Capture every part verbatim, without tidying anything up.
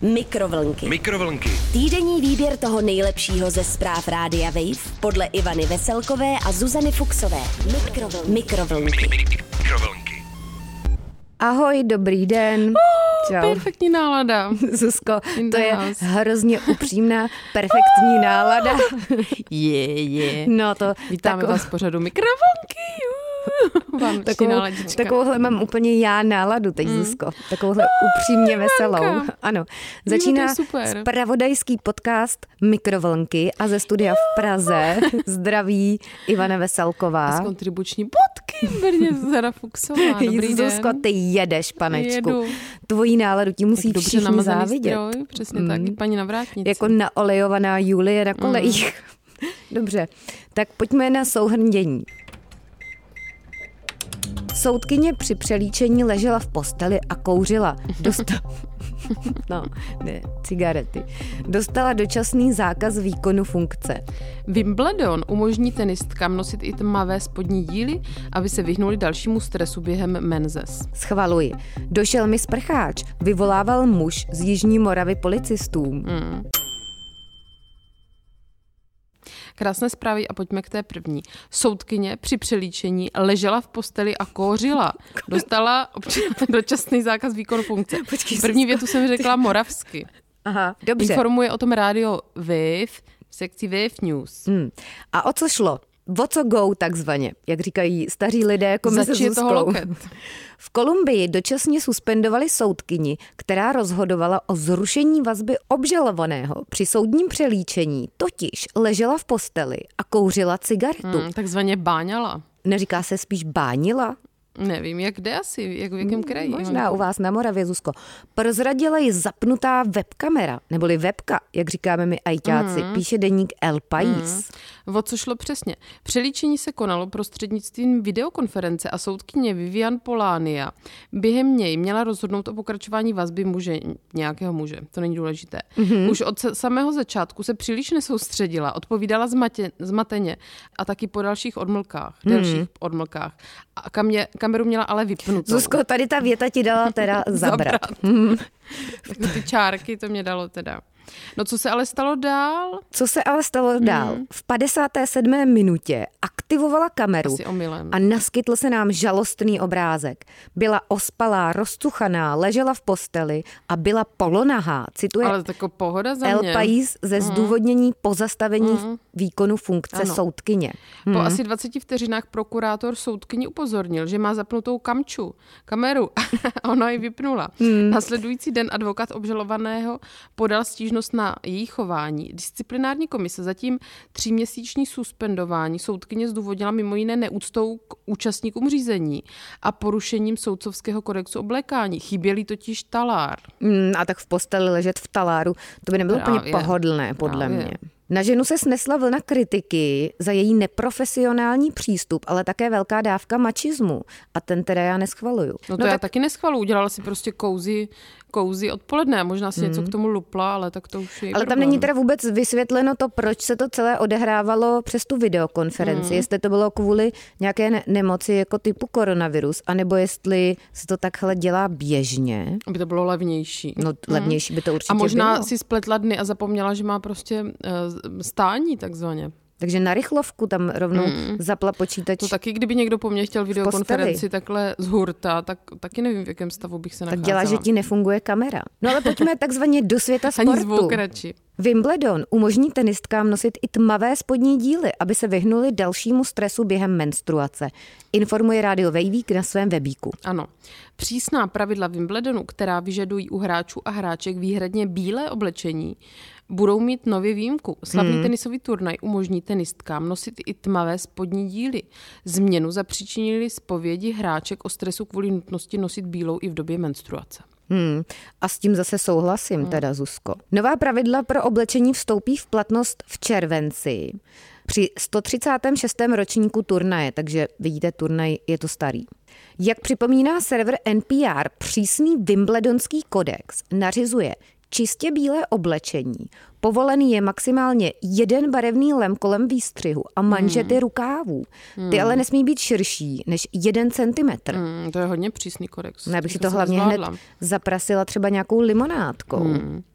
Mikrovlnky. Mikrovlnky. Týdenní výběr toho nejlepšího ze zpráv Rádia Wave podle Ivany Veselkové a Zuzany Fuxové. Mikrovlnky. Mikrovlnky. Mikrovlnky. Ahoj, dobrý den. Čau. Perfektní nálada. Zuzko, to je hrozně upřímná, perfektní nálada. Je, je. No to... Vítáme tako... vás v pořadu Mikrovlnky. Takovou, takovouhle mám úplně já náladu teď, mm. Zuzko. Takovouhle upřímně veselou. Ano. Začíná zpravodajský podcast Mikrovlnky a ze studia v Praze zdraví Ivana Veselková. A z kontribuční bodky v Brně Zuzana Fuxová. Dobrý den. Zuzko, ty jedeš, panečku. Jedu. Tvojí náladu ti musí tak všichni závidět. Stroj, přesně mm. tak, i paní na vrátnici. Jako naolejovaná Julie na kolejích. Mm. Dobře, tak pojďme na souhrn dění. Soudkyně při přelíčení ležela v posteli a kouřila. Dostala... No, ne, cigarety. Dostala dočasný zákaz výkonu funkce. Wimbledon umožní tenistkám nosit i tmavé spodní díly, aby se vyhnuli dalšímu stresu během menzes. Schvaluji. Došel mi sprcháč. Vyvolával muž z Jižní Moravy policistům. Hmm. Krásné zprávy a pojďme k té první. Soudkyně při přelíčení ležela v posteli a kouřila. Dostala dočasný zákaz výkonu funkce. Počkej, první větu jsem řekla moravsky. Aha, dobře. Informuje o tom rádio Wave v sekci Wave News. Hmm. A o co šlo? O co go takzvaně, jak říkají staří lidé jako my se Zuzkou. V Kolumbii dočasně suspendovali soudkyni, která rozhodovala o zrušení vazby obžalovaného při soudním přelíčení, totiž ležela v posteli a kouřila cigaretu. Hmm, takzvaně báňala. Neříká se spíš bánila? Nevím, jak kde asi, jak v jakém kraji. Možná u vás na Moravě, Zuzko. Prozradila ji zapnutá webkamera, neboli webka, jak říkáme my ajťáci, mm. píše deník El País. Mm. O co šlo přesně? Přelíčení se konalo prostřednictvím videokonference a soudkyně Vivian Polania během něj měla rozhodnout o pokračování vazby muže, nějakého muže. To není důležité. Mm-hmm. Už od samého začátku se příliš nesoustředila, odpovídala zmatě, zmateně a taky po dalších odmlkách, mm. delších odmlkách. A kamě, kameru měla ale vypnutou. Zuzko, tady ta věta ti dala teda zabrat. zabrat. Ty čárky to mě dalo teda. No co se ale stalo dál? Co se ale stalo dál? Mm. V padesáté sedmé minutě aktivovala kameru Asi omylem. A naskytl se nám žalostný obrázek. Byla ospalá, rozcuchaná, ležela v posteli a byla polonahá. Cituje ale tako pohoda za El mě. País ze zdůvodnění pozastavení mm. výkonu funkce ano. soudkyně. Po hmm. asi dvaceti vteřinách prokurátor soudkyni upozornil, že má zapnutou kamču, kameru. Ona ji vypnula. Hmm. Nasledující den advokát obžalovaného podal stížnost na její chování. Disciplinární komise zatím tříměsíční suspendování soudkyně zdůvodnila mimo jiné neúctou k účastníkům řízení a porušením soudcovského kodexu oblékání. Chyběli totiž talár. Hmm, a tak v posteli ležet v taláru, to by nebylo Právě. úplně pohodlné, podle Právě. mě. Na ženu se snesla vlna kritiky za její neprofesionální přístup, ale také velká dávka mačismu. A ten teda já neschvaluju. No to no já tak... taky neschvaluju. Udělala si prostě kouzy, kouzy odpoledne. Možná si hmm. něco k tomu lupla, ale tak to už je Ale problém. tam není teda vůbec vysvětleno to, proč se to celé odehrávalo přes tu videokonferenci. Hmm. Jestli to bylo kvůli nějaké ne- nemoci jako typu koronavirus, anebo jestli se to takhle dělá běžně. Aby to bylo levnější. No levnější by to určitě bylo. A možná bylo. si spletla dny a zapomněla, že má prostě uh, stání takzvaně. Takže na rychlovku tam rovnou mm. zapla počítač. To taky, kdyby někdo po mně chtěl videokonferenci takhle z hurta, tak taky nevím, v jakém stavu bych se nacházela. Tak dělá, že ti nefunguje kamera. No ale pojďme takzvaně do světa sportu. Ani zvuk radši. Wimbledon umožní tenistkám nosit i tmavé spodní díly, aby se vyhnuli dalšímu stresu během menstruace. Informuje rádio Vejvík na svém webíku. Ano. Přísná pravidla Wimbledonu, která vyžadují u hráčů a hráček výhradně bílé oblečení, budou mít nově výjimku. Slavný hmm. tenisový turnaj umožní tenistkám nosit i tmavé spodní díly. Změnu zapříčinili zpovědi hráček o stresu kvůli nutnosti nosit bílou i v době menstruace. Hmm. A s tím zase souhlasím, hmm. teda Zuzko. Nová pravidla pro oblečení vstoupí v platnost v červenci při sto třicátém šestém ročníku turnaje, takže vidíte, turnaj je to starý. Jak připomíná server N P R, přísný Wimbledonský kodex nařizuje čistě bílé oblečení. Povolený je maximálně jeden barevný lem kolem výstřihu a manžety hmm. rukávů. Ty hmm. ale nesmí být širší než jeden centimetr. Hmm, to je hodně přísný kodex. Já bych si to hlavně hned zaprasila třeba nějakou limonádkou. Hmm.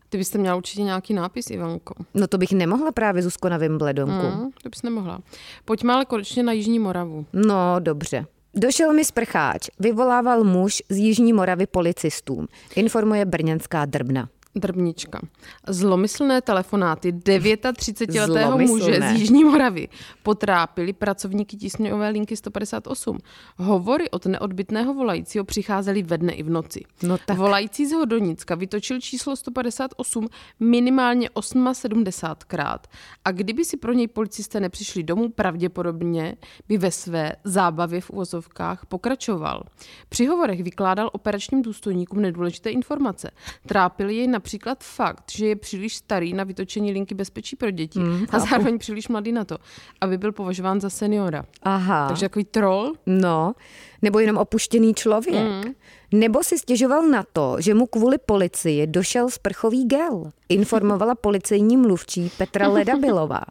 Ty byste měla určitě nějaký nápis, Ivanko. No to bych nemohla právě, Zuzko, na Wimbledonku. Mm, to bys nemohla. Pojďme ale konečně na Jižní Moravu. No, dobře. Došel mi sprcháč, vyvolával muž z Jižní Moravy policistům, informuje brněnská Drbna. Drbnička. Zlomyslné telefonáty třicetidevětiletého muže z Jižní Moravy potrápili pracovníky tísňové linky sto padesát osm. Hovory od neodbytného volajícího přicházely ve dne i v noci. No tak. Volající z Hodonicka vytočil číslo sto padesát osm minimálně sedmdesátkrát a kdyby si pro něj policisté nepřišli domů, pravděpodobně by ve své zábavě v uvozovkách pokračoval. Při hovorech vykládal operačním důstojníkům nedůležité informace. Trápili jej například fakt, že je příliš starý na vytočení linky bezpečí pro děti mm, a zároveň příliš mladý na to, aby byl považován za seniora. Aha. Takže takový troll. No, nebo jenom opuštěný člověk. Mm. Nebo si stěžoval na to, že mu kvůli policii došel sprchový gel, informovala policejní mluvčí Petra Ledabilová.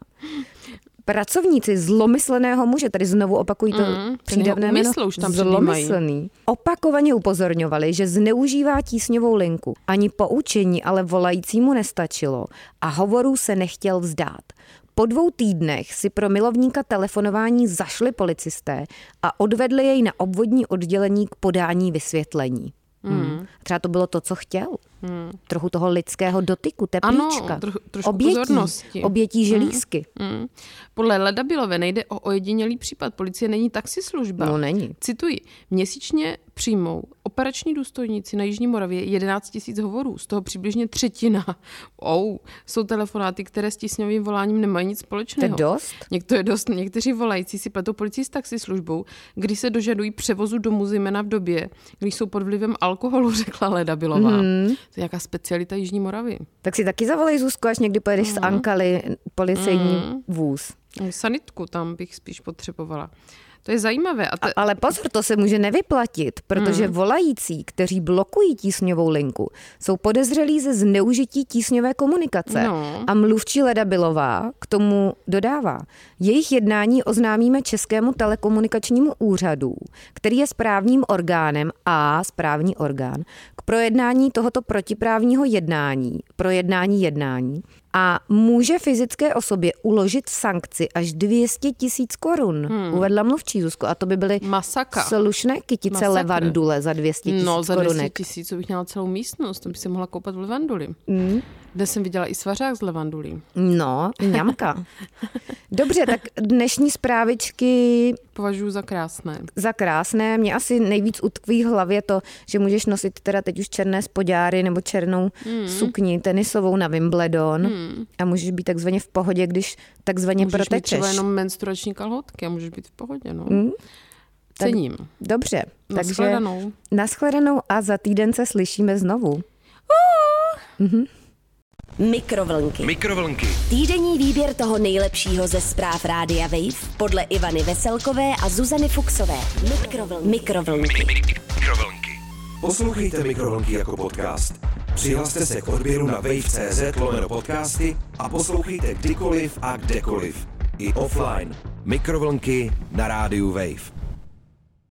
Pracovníci zlomysleného muže, tady znovu opakují to mm, přídavné jméno, zlomyslný, opakovaně upozorňovali, že zneužívá tísňovou linku. Ani poučení ale volajícímu nestačilo a hovorů se nechtěl vzdát. Po dvou týdnech si pro milovníka telefonování zašli policisté a odvedli jej na obvodní oddělení k podání vysvětlení. Hmm. Třeba to bylo to, co chtěl. Hmm. Trochu toho lidského dotyku, teplíčka. Ano, trochu, trošku obětí, pozornosti. Obětí želízky. Hmm. Hmm. Podle Ledabilové nejde o ojedinělý případ. Policie není taxislužba. No není. Cituji. Měsíčně přijmou operační důstojníci na Jižní Moravě jedenáct tisíc hovorů. Z toho přibližně třetina. Oh, jsou telefonáty, které s tísňovým voláním nemají nic společného. To je dost? Někdo je dost. Někteří volající si pletou policii s taxislužbou, kdy se dožadují převozu domů zejména v době, když jsou pod vlivem alkoholu, řekla Ledabilová. Hmm. To je nějaká specialita Jižní Moravy. Tak si taky zavolej, Zuzko, až někdy pojedeš mm. s Ankali policejní mm. vůz. Sanitku tam bych spíš potřebovala. To je zajímavé. A te... Ale pozor, to se může nevyplatit, protože mm. volající, kteří blokují tísňovou linku, jsou podezřelí ze zneužití tísňové komunikace. No. A mluvčí Ledabilová k tomu dodává. Jejich jednání oznámíme Českému telekomunikačnímu úřadu, který je správním orgánem a správní orgán k projednání tohoto protiprávního jednání, projednání jednání a může fyzické osobě uložit sankci až dvě stě tisíc korun, hmm. uvedla mluvčí, Zuzko. A to by byly Masaka. slušné kytice Masakr. Levandule za dvě stě tisíc korunek. No, za dvě stě tisíc bych měla celou místnost, to by se mohla koupat v levanduli. Hmm. Dnes jsem viděla i svařák z levandulí. No, ňamka. Dobře, tak dnešní zprávičky považuji za krásné. Za krásné. Mě asi nejvíc utkví v hlavě to, že můžeš nosit teda teď už černé spodňáry nebo černou mm. sukni tenisovou na Wimbledon mm. a můžeš být takzvaně v pohodě, když takzvaně můžeš protečeš. Můžeš mít třeba jenom menstruační kalhotky a můžeš být v pohodě, no. Mm. Cením. Tak, dobře. Naschledanou. Takže naschledanou a za týden se slyšíme znovu. Uh. Mhm. Mikrovlnky. Mikrovlnky. Týdenní výběr toho nejlepšího ze zpráv Rádia Wave podle Ivany Veselkové a Zuzany Fuxové. Mikrovlnky. Mikrovlnky. Mikrovlnky. Poslouchejte Mikrovlnky jako podcast. Přihlaste se k odběru na wave tečka cz lomeno podcasty a poslouchejte kdykoliv a kdekoliv. I offline. Mikrovlnky na rádiu Wave.